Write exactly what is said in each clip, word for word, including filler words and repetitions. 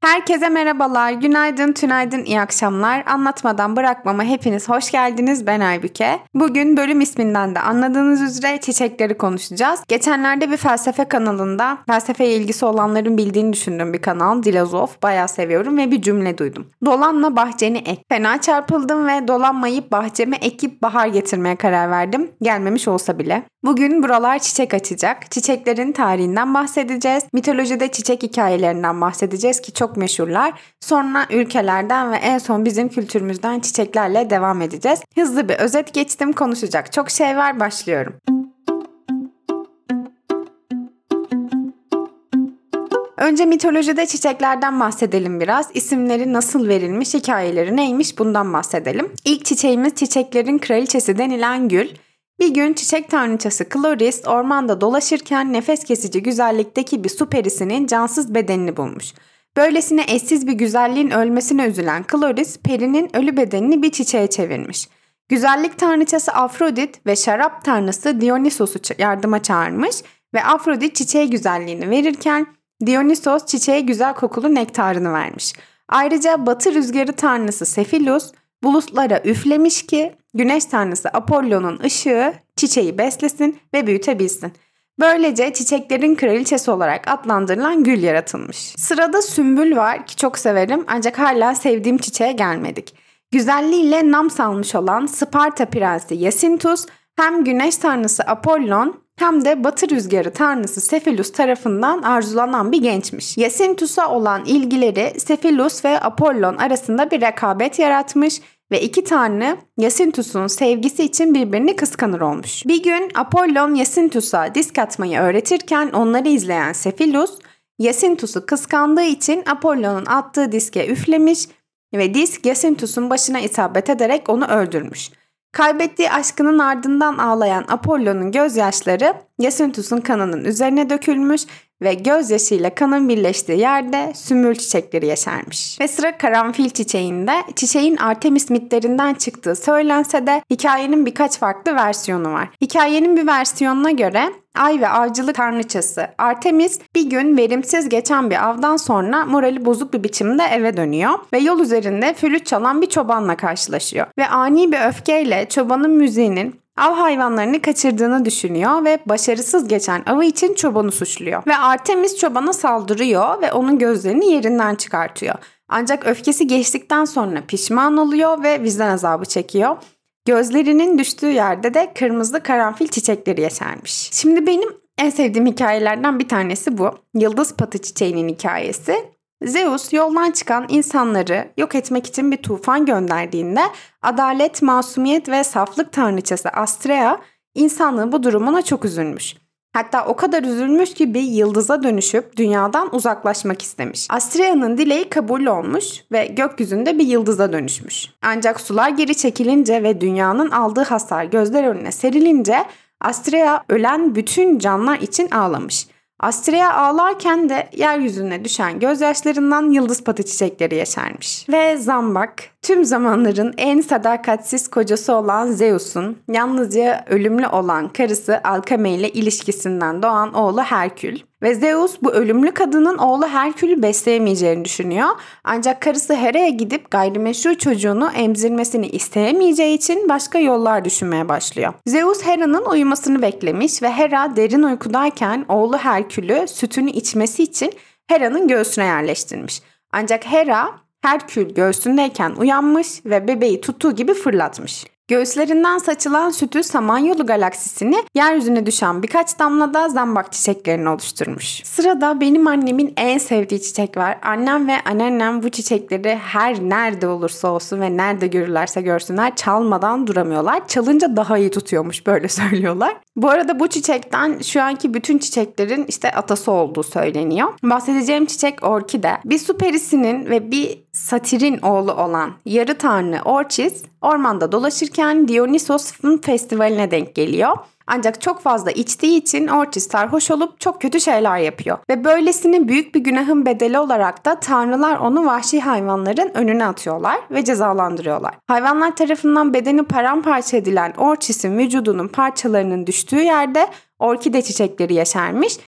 Herkese merhabalar, günaydın, tünaydın, iyi akşamlar. Anlatmadan bırakmama hepiniz hoş geldiniz. Ben Aybüke. Bugün bölüm isminden de anladığınız üzere çiçekleri konuşacağız. Geçenlerde bir felsefe kanalında, felsefeye ilgisi olanların bildiğini düşündüğüm bir kanal, Dilozof. Bayağı seviyorum ve bir cümle duydum. Dolanma bahçeni ek. Fena çarpıldım ve dolanmayıp bahçeme ekip bahar getirmeye karar verdim. Gelmemiş olsa bile. Bugün buralar çiçek açacak. Çiçeklerin tarihinden bahsedeceğiz. Mitolojide çiçek hikayelerinden bahsedeceğiz ki çok meşhurlar. Sonra ülkelerden ve en son bizim kültürümüzden çiçeklerle devam edeceğiz. Hızlı bir özet geçtim. Konuşacak çok şey var. Başlıyorum. Önce mitolojide çiçeklerden bahsedelim biraz. İsimleri nasıl verilmiş, hikayeleri neymiş bundan bahsedelim. İlk çiçeğimiz çiçeklerin kraliçesi denilen gül. Bir gün çiçek tanrıçası Kloris ormanda dolaşırken nefes kesici güzellikteki bir su perisinin cansız bedenini bulmuş. Böylesine eşsiz bir güzelliğin ölmesine üzülen Kloris, perinin ölü bedenini bir çiçeğe çevirmiş. Güzellik tanrıçası Afrodit ve şarap tanrısı Dionysos'u yardıma çağırmış ve Afrodit çiçeğe güzelliğini verirken Dionysos çiçeğe güzel kokulu nektarını vermiş. Ayrıca batı rüzgarı tanrısı Sefilus bulutlara üflemiş ki güneş tanrısı Apollon'un ışığı çiçeği beslesin ve büyütebilsin. Böylece çiçeklerin kraliçesi olarak adlandırılan gül yaratılmış. Sırada sümbül var ki çok severim ancak hala sevdiğim çiçeğe gelmedik. Güzelliğiyle nam salmış olan Sparta prensi Yasintus hem güneş tanrısı Apollon hem de batı rüzgarı tanrısı Sefilus tarafından arzulanan bir gençmiş. Yasintus'a olan ilgileri Sefilus ve Apollon arasında bir rekabet yaratmış ve iki tanrı Yasintus'un sevgisi için birbirini kıskanır olmuş. Bir gün Apollon Yasintus'a disk atmayı öğretirken onları izleyen Sefilus, Yasintus'u kıskandığı için Apollon'un attığı diske üflemiş ve disk Yasintus'un başına isabet ederek onu öldürmüş. Kaybettiği aşkının ardından ağlayan Apollon'un gözyaşları Yasintus'un kanının üzerine dökülmüş ve gözyaşıyla kanın birleştiği yerde sümbül çiçekleri yeşermiş. Ve sıra karanfil çiçeğinde. Çiçeğin Artemis mitlerinden çıktığı söylense de hikayenin birkaç farklı versiyonu var. Hikayenin bir versiyonuna göre ay ve avcılık tanrıçası Artemis bir gün verimsiz geçen bir avdan sonra morali bozuk bir biçimde eve dönüyor ve yol üzerinde flüt çalan bir çobanla karşılaşıyor. Ve ani bir öfkeyle çobanın müziğinin av hayvanlarını kaçırdığını düşünüyor ve başarısız geçen avı için çobanı suçluyor. Ve Artemis çobana saldırıyor ve onun gözlerini yerinden çıkartıyor. Ancak öfkesi geçtikten sonra pişman oluyor ve vicdan azabı çekiyor. Gözlerinin düştüğü yerde de kırmızı karanfil çiçekleri yeşermiş. Şimdi benim en sevdiğim hikayelerden bir tanesi bu. Yıldız patı çiçeğinin hikayesi. Zeus yoldan çıkan insanları yok etmek için bir tufan gönderdiğinde adalet, masumiyet ve saflık tanrıçası Astrea insanlığın bu durumuna çok üzülmüş. Hatta o kadar üzülmüş ki bir yıldıza dönüşüp dünyadan uzaklaşmak istemiş. Astrea'nın dileği kabul olmuş ve gökyüzünde bir yıldıza dönüşmüş. Ancak sular geri çekilince ve dünyanın aldığı hasar gözler önüne serilince Astrea ölen bütün canlılar için ağlamış. Astrea ağlarken de yeryüzüne düşen gözyaşlarından yıldız patı çiçekleri yeşermiş. Ve Zambak, tüm zamanların en sadakatsiz kocası olan Zeus'un yalnızca ölümlü olan karısı Alkame ile ilişkisinden doğan oğlu Herkül. Ve Zeus bu ölümlü kadının oğlu Herkül'ü besleyemeyeceğini düşünüyor. Ancak karısı Hera'ya gidip gayrimeşru çocuğunu emzirmesini isteyemeyeceği için başka yollar düşünmeye başlıyor. Zeus Hera'nın uyumasını beklemiş ve Hera derin uykudayken oğlu Herkül'ü sütünü içmesi için Hera'nın göğsüne yerleştirmiş. Ancak Hera Herkül göğsündeyken uyanmış ve bebeği tuttuğu gibi fırlatmış. Göğüslerinden saçılan sütü Samanyolu galaksisini yeryüzüne düşen birkaç damla da zambak çiçeklerini oluşturmuş. Sırada benim annemin en sevdiği çiçek var. Annem ve anneannem bu çiçekleri her nerede olursa olsun ve nerede görürlerse görsünler çalmadan duramıyorlar. Çalınca daha iyi tutuyormuş, böyle söylüyorlar. Bu arada bu çiçekten şu anki bütün çiçeklerin işte atası olduğu söyleniyor. Bahsedeceğim çiçek orkide. Bir su perisinin ve bir satirin oğlu olan yarı tanrı Orchis ormanda dolaşırken Dionysos'un festivaline denk geliyor. Ancak çok fazla içtiği için Orchis sarhoş olup çok kötü şeyler yapıyor. Ve böylesine büyük bir günahın bedeli olarak da tanrılar onu vahşi hayvanların önüne atıyorlar ve cezalandırıyorlar. Hayvanlar tarafından bedeni paramparça edilen Orchis'in vücudunun parçalarının düştüğü yerde orkide çiçekleri yeşermiş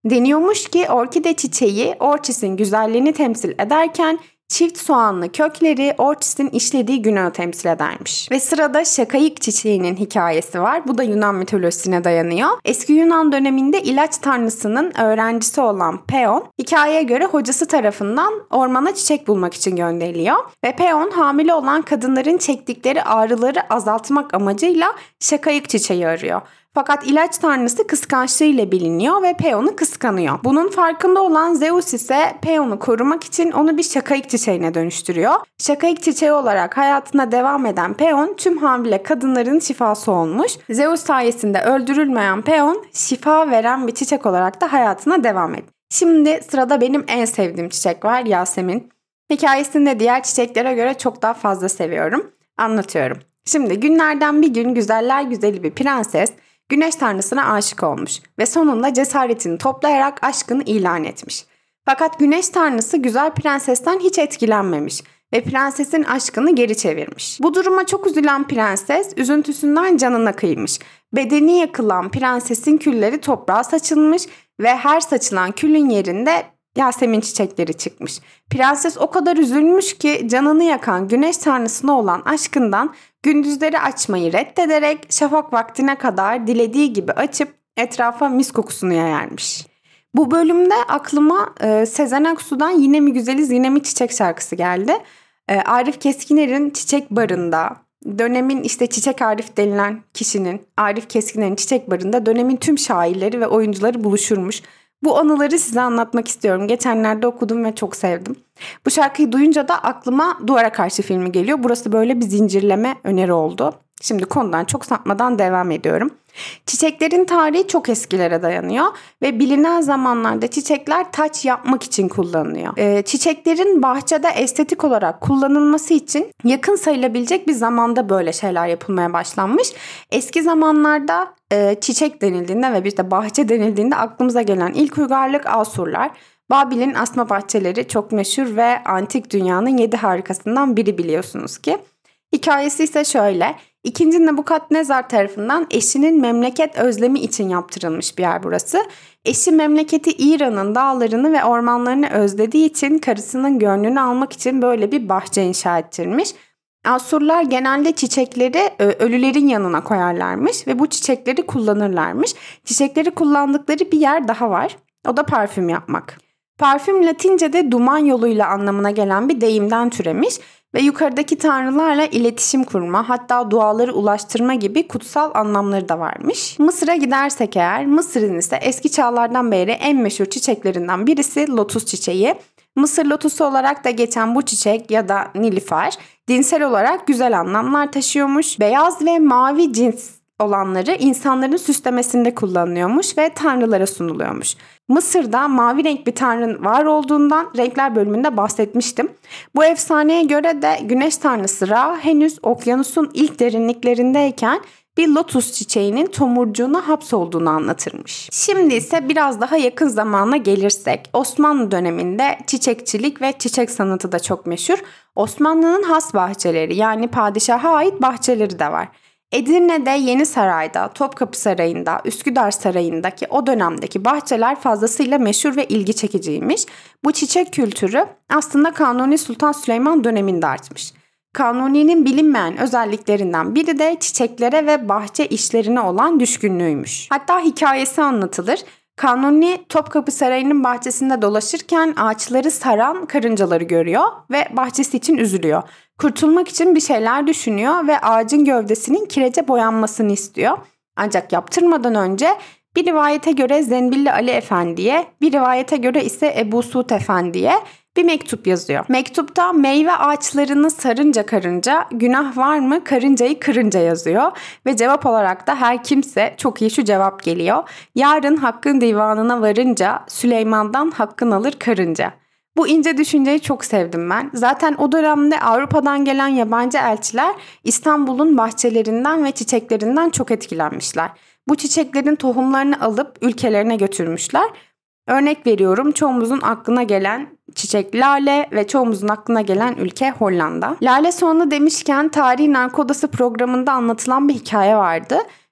Deniyormuş ki orkide çiçeği orçisin güzelliğini temsil ederken çift soğanlı kökleri orçisin işlediği günahı temsil edermiş. Ve sırada şakayık çiçeğinin hikayesi var. Bu da Yunan mitolojisine dayanıyor. Eski Yunan döneminde ilaç tanrısının öğrencisi olan Peon, hikayeye göre hocası tarafından ormana çiçek bulmak için gönderiliyor. Ve Peon hamile olan kadınların çektikleri ağrıları azaltmak amacıyla şakayık çiçeği arıyor. Fakat ilaç tanrısı kıskançlığıyla biliniyor ve Peon'u kıskanıyor. Bunun farkında olan Zeus ise Peon'u korumak için onu bir şakayık çiçeğine dönüştürüyor. Şakayık çiçeği olarak hayatına devam eden Peon tüm hamile kadınların şifası olmuş. Zeus sayesinde öldürülmeyen Peon şifa veren bir çiçek olarak da hayatına devam ediyor. Şimdi sırada benim en sevdiğim çiçek var, Yasemin. Hikayesini de diğer çiçeklere göre çok daha fazla seviyorum. Anlatıyorum. Şimdi günlerden bir gün güzeller güzeli bir prenses Güneş tanrısına aşık olmuş ve sonunda cesaretini toplayarak aşkını ilan etmiş. Fakat Güneş tanrısı güzel prensesten hiç etkilenmemiş ve prensesin aşkını geri çevirmiş. Bu duruma çok üzülen prenses üzüntüsünden canına kıymış. Bedeni yakılan prensesin külleri toprağa saçılmış ve her saçılan külün yerinde Yasemin çiçekleri çıkmış. Prenses o kadar üzülmüş ki canını yakan Güneş tanrısına olan aşkından gündüzleri açmayı reddederek şafak vaktine kadar dilediği gibi açıp etrafa mis kokusunu yayarmış. Bu bölümde aklıma e, Sezen Aksu'dan Yine mi Güzeliz Yine mi Çiçek şarkısı geldi. E, Arif Keskiner'in Çiçek Barı'nda, dönemin işte Çiçek Arif denilen kişinin, Arif Keskiner'in Çiçek Barı'nda dönemin tüm şairleri ve oyuncuları buluşurmuş. Bu anıları size anlatmak istiyorum. Geçenlerde okudum ve çok sevdim. Bu şarkıyı duyunca da aklıma Duvara Karşı filmi geliyor. Burası böyle bir zincirleme öneri oldu. Şimdi konudan çok sapmadan devam ediyorum. Çiçeklerin tarihi çok eskilere dayanıyor ve bilinen zamanlarda çiçekler taç yapmak için kullanılıyor. Ee, çiçeklerin bahçede estetik olarak kullanılması için yakın sayılabilecek bir zamanda böyle şeyler yapılmaya başlanmış. Eski zamanlarda e, çiçek denildiğinde ve bir de bahçe denildiğinde aklımıza gelen ilk uygarlık Asurlar. Babil'in asma bahçeleri çok meşhur ve antik dünyanın yedi harikasından biri biliyorsunuz ki. Hikayesi ise şöyle. İkinci Nebukadnezar tarafından eşinin memleket özlemi için yaptırılmış bir yer burası. Eşi memleketi İran'ın dağlarını ve ormanlarını özlediği için karısının gönlünü almak için böyle bir bahçe inşa ettirmiş. Asurlar genelde çiçekleri ölülerin yanına koyarlarmış ve bu çiçekleri kullanırlarmış. Çiçekleri kullandıkları bir yer daha var. O da parfüm yapmak. Parfüm Latince'de duman yoluyla anlamına gelen bir deyimden türemiş ve yukarıdaki tanrılarla iletişim kurma, hatta duaları ulaştırma gibi kutsal anlamları da varmış. Mısır'a gidersek eğer, Mısır'ın ise eski çağlardan beri en meşhur çiçeklerinden birisi lotus çiçeği. Mısır lotusu olarak da geçen bu çiçek ya da nilüfer dinsel olarak güzel anlamlar taşıyormuş. Beyaz ve mavi cins olanları insanların süslemesinde kullanılıyormuş ve tanrılara sunuluyormuş. Mısır'da mavi renk bir tanrının var olduğundan renkler bölümünde bahsetmiştim. Bu efsaneye göre de güneş tanrısı Ra henüz okyanusun ilk derinliklerindeyken bir lotus çiçeğinin tomurcuğuna hapsolduğunu anlatırmış. Şimdi ise biraz daha yakın zamana gelirsek, Osmanlı döneminde çiçekçilik ve çiçek sanatı da çok meşhur. Osmanlı'nın has bahçeleri, yani padişaha ait bahçeleri de var. Edirne'de, Yenisaray'da, Topkapı Sarayı'nda, Üsküdar Sarayı'ndaki o dönemdeki bahçeler fazlasıyla meşhur ve ilgi çekiciymiş. Bu çiçek kültürü aslında Kanuni Sultan Süleyman döneminde artmış. Kanuni'nin bilinmeyen özelliklerinden biri de çiçeklere ve bahçe işlerine olan düşkünlüğüymüş. Hatta hikayesi anlatılır. Kanuni Topkapı Sarayı'nın bahçesinde dolaşırken ağaçları saran karıncaları görüyor ve bahçesi için üzülüyor. Kurtulmak için bir şeyler düşünüyor ve ağacın gövdesinin kirece boyanmasını istiyor. Ancak yaptırmadan önce bir rivayete göre Zenbilli Ali Efendi'ye, bir rivayete göre ise Ebu Suud Efendi'ye bir mektup yazıyor. Mektupta meyve ağaçlarını sarınca karınca, günah var mı karıncayı kırınca yazıyor. Ve cevap olarak da her kimse çok iyi şu cevap geliyor. Yarın hakkın divanına varınca Süleyman'dan hakkın alır karınca. Bu ince düşünceyi çok sevdim ben. Zaten o dönemde Avrupa'dan gelen yabancı elçiler İstanbul'un bahçelerinden ve çiçeklerinden çok etkilenmişler. Bu çiçeklerin tohumlarını alıp ülkelerine götürmüşler. Örnek veriyorum, çoğumuzun aklına gelen çiçek lale ve çoğumuzun aklına gelen ülke Hollanda. Lale soğanı demişken Tarihi Narkodası programında anlatılan bir hikaye vardı.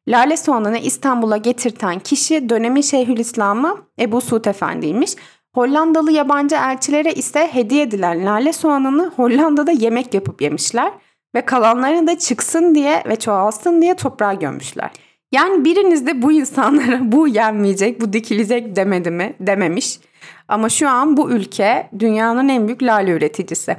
Lale soğanını İstanbul'a getirten kişi dönemin Şeyhülislam'ı Ebu Suud Efendi'ymiş. Hollandalı yabancı elçilere ise hediye edilen lale soğanını Hollanda'da yemek yapıp yemişler ve kalanlarını da çıksın diye ve çoğalsın diye toprağa gömmüşler. Yani biriniz de bu insanlara bu yenmeyecek, bu dikilecek demedi mi? Dememiş. Ama şu an bu ülke dünyanın en büyük lale üreticisi.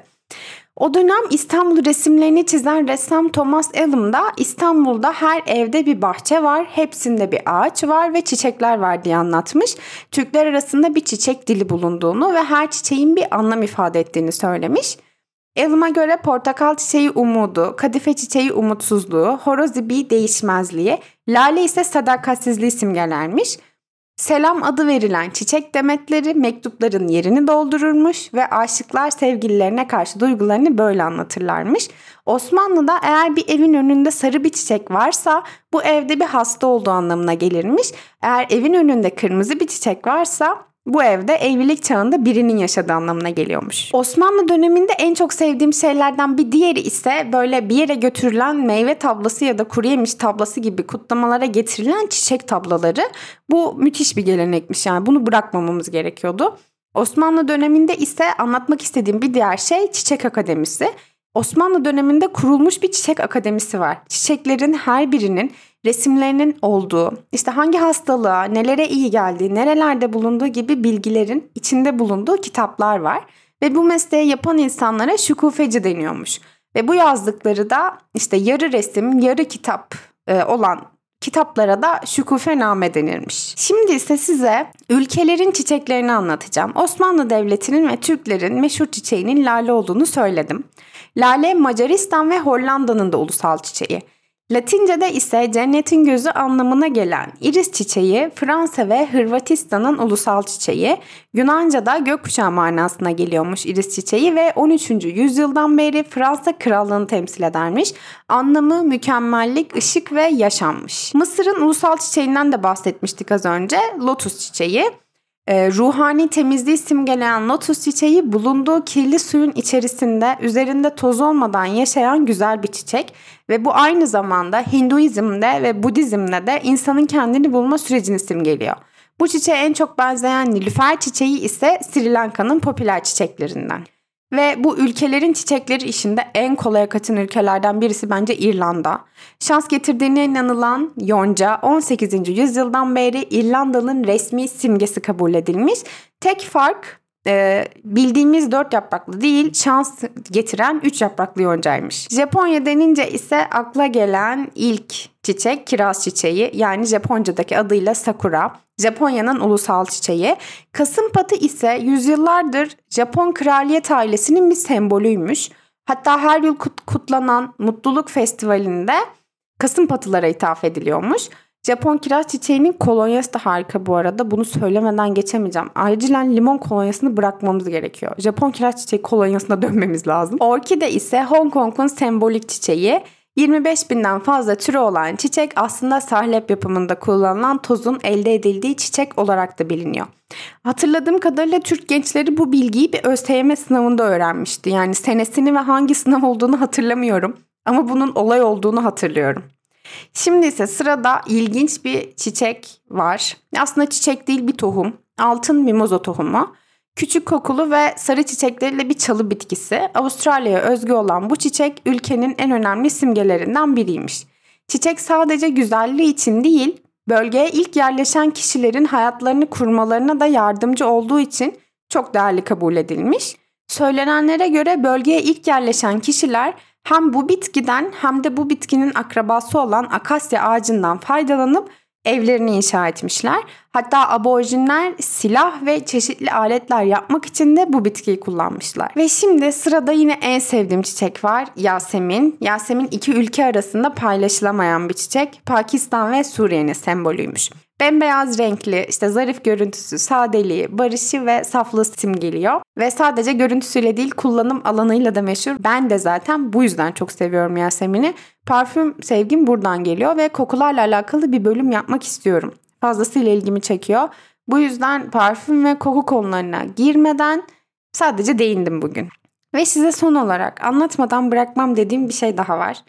O dönem İstanbul resimlerini çizen ressam Thomas Elim da İstanbul'da her evde bir bahçe var, hepsinde bir ağaç var ve çiçekler var diye anlatmış. Türkler arasında bir çiçek dili bulunduğunu ve her çiçeğin bir anlam ifade ettiğini söylemiş. Elim'e göre portakal çiçeği umudu, kadife çiçeği umutsuzluğu, horoz ibiği değişmezliği, lale ise sadakatsizliği simgelermiş. Selam adı verilen çiçek demetleri mektupların yerini doldururmuş ve aşıklar sevgililerine karşı duygularını böyle anlatırlarmış. Osmanlı'da eğer bir evin önünde sarı bir çiçek varsa bu evde bir hasta olduğu anlamına gelirmiş. Eğer evin önünde kırmızı bir çiçek varsa bu evde evlilik çağında birinin yaşadığı anlamına geliyormuş. Osmanlı döneminde en çok sevdiğim şeylerden bir diğeri ise böyle bir yere götürülen meyve tablası ya da kuru yemiş tablası gibi kutlamalara getirilen çiçek tablaları. Bu müthiş bir gelenekmiş, yani bunu bırakmamamız gerekiyordu. Osmanlı döneminde ise anlatmak istediğim bir diğer şey Çiçek Akademisi. Osmanlı döneminde kurulmuş bir çiçek akademisi var. Çiçeklerin her birinin resimlerinin olduğu, işte hangi hastalığa, nelere iyi geldiği, nerelerde bulunduğu gibi bilgilerin içinde bulunduğu kitaplar var. Ve bu mesleği yapan insanlara şükufeci deniyormuş. Ve bu yazdıkları da işte yarı resim, yarı kitap e, olan kitaplara da şükufename denirmiş. Şimdi ise size ülkelerin çiçeklerini anlatacağım. Osmanlı Devleti'nin ve Türklerin meşhur çiçeğinin lale olduğunu söyledim. Lale Macaristan ve Hollanda'nın da ulusal çiçeği. Latince'de ise cennetin gözü anlamına gelen iris çiçeği Fransa ve Hırvatistan'ın ulusal çiçeği. Yunanca'da gökkuşağı manasına geliyormuş iris çiçeği ve on üçüncü yüzyıldan beri Fransa krallığını temsil edermiş. Anlamı mükemmellik, ışık ve yaşammış. Mısır'ın ulusal çiçeğinden de bahsetmiştik az önce. Lotus çiçeği. E, ruhani temizliği simgeleyen lotus çiçeği bulunduğu kirli suyun içerisinde üzerinde toz olmadan yaşayan güzel bir çiçek ve bu aynı zamanda Hinduizm'de ve Budizm'de de insanın kendini bulma sürecini simgeliyor. Bu çiçeğe en çok benzeyen nilüfer çiçeği ise Sri Lanka'nın popüler çiçeklerinden. Ve bu ülkelerin çiçekleri işinde en kolaya kaçan ülkelerden birisi bence İrlanda. Şans getirdiğine inanılan yonca on sekizinci yüzyıldan beri İrlanda'nın resmi simgesi kabul edilmiş. Tek fark e, bildiğimiz dört yapraklı değil, şans getiren üç yapraklı yoncaymış. Japonya denince ise akla gelen ilk çiçek kiraz çiçeği, yani Japonca'daki adıyla sakura. Japonya'nın ulusal çiçeği. Kasımpatı ise yüzyıllardır Japon kraliyet ailesinin bir sembolüymüş. Hatta her yıl kut- kutlanan mutluluk festivalinde kasımpatılara ithaf ediliyormuş. Japon kiraz çiçeğinin kolonyası da harika bu arada. Bunu söylemeden geçemeyeceğim. Acilen limon kolonyasını bırakmamız gerekiyor. Japon kiraz çiçeği kolonyasına dönmemiz lazım. Orkide ise Hong Kong'un sembolik çiçeği. yirmi beş binden fazla türü olan çiçek aslında sahlep yapımında kullanılan tozun elde edildiği çiçek olarak da biliniyor. Hatırladığım kadarıyla Türk gençleri bu bilgiyi bir ÖSYM sınavında öğrenmişti. Yani senesini ve hangi sınav olduğunu hatırlamıyorum ama bunun olay olduğunu hatırlıyorum. Şimdi ise sırada ilginç bir çiçek var. Aslında çiçek değil, bir tohum. Altın mimoza tohumu. Küçük kokulu ve sarı çiçekleriyle bir çalı bitkisi. Avustralya'ya özgü olan bu çiçek ülkenin en önemli simgelerinden biriymiş. Çiçek sadece güzelliği için değil, bölgeye ilk yerleşen kişilerin hayatlarını kurmalarına da yardımcı olduğu için çok değerli kabul edilmiş. Söylenenlere göre bölgeye ilk yerleşen kişiler hem bu bitkiden hem de bu bitkinin akrabası olan akasya ağacından faydalanıp evlerini inşa etmişler. Hatta aborjinler silah ve çeşitli aletler yapmak için de bu bitkiyi kullanmışlar. Ve şimdi sırada yine en sevdiğim çiçek var. Yasemin. Yasemin iki ülke arasında paylaşılamayan bir çiçek. Pakistan ve Suriye'nin sembolüymüş. Bembeyaz renkli, işte zarif görüntüsü, sadeliği, barışı ve saflığı simgeliyor. Ve sadece görüntüsüyle değil, kullanım alanıyla da meşhur. Ben de zaten bu yüzden çok seviyorum Yasemin'i. Parfüm sevgim buradan geliyor ve kokularla alakalı bir bölüm yapmak istiyorum. Fazlasıyla ilgimi çekiyor. Bu yüzden parfüm ve koku konularına girmeden sadece değindim bugün. Ve size son olarak anlatmadan bırakmam dediğim bir şey daha var.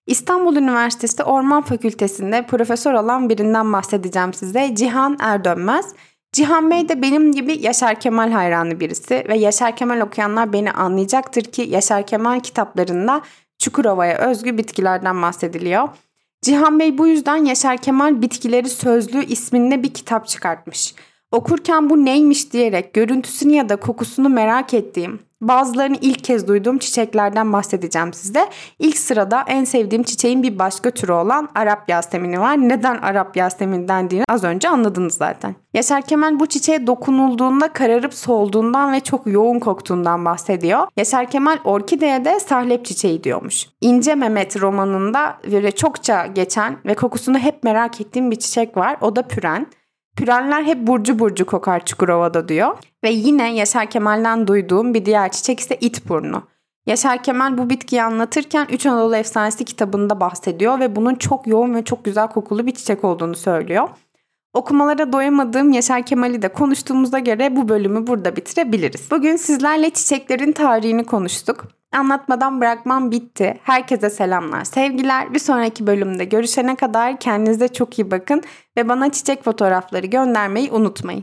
İstanbul Üniversitesi Orman Fakültesi'nde profesör olan birinden bahsedeceğim size. Cihan Erdönmez. Cihan Bey de benim gibi Yaşar Kemal hayranı birisi ve Yaşar Kemal okuyanlar beni anlayacaktır ki Yaşar Kemal kitaplarında Çukurova'ya özgü bitkilerden bahsediliyor. Cihan Bey bu yüzden Yaşar Kemal Bitkileri Sözlüğü isminde bir kitap çıkartmış. Okurken bu neymiş diyerek görüntüsünü ya da kokusunu merak ettiğim, bazılarını ilk kez duyduğum çiçeklerden bahsedeceğim size. İlk sırada en sevdiğim çiçeğin bir başka türü olan Arap Yasemini var. Neden Arap Yasemini dendiğini az önce anladınız zaten. Yaşar Kemal bu çiçeğe dokunulduğunda kararıp solduğundan ve çok yoğun koktuğundan bahsediyor. Yaşar Kemal orkideye de sahlep çiçeği diyormuş. İnce Mehmet romanında böyle çokça geçen ve kokusunu hep merak ettiğim bir çiçek var. O da püren. Pürenler hep burcu burcu kokar Çukurova'da diyor. Ve yine Yaşar Kemal'den duyduğum bir diğer çiçek ise itburnu. Yaşar Kemal bu bitkiyi anlatırken Üç Anadolu Efsanesi kitabında bahsediyor ve bunun çok yoğun ve çok güzel kokulu bir çiçek olduğunu söylüyor. Okumalara doyamadığım Yaşar Kemal'i de konuştuğumuza göre bu bölümü burada bitirebiliriz. Bugün sizlerle çiçeklerin tarihini konuştuk. Anlatmadan bırakmam bitti. Herkese selamlar, sevgiler. Bir sonraki bölümde görüşene kadar kendinize çok iyi bakın ve bana çiçek fotoğrafları göndermeyi unutmayın.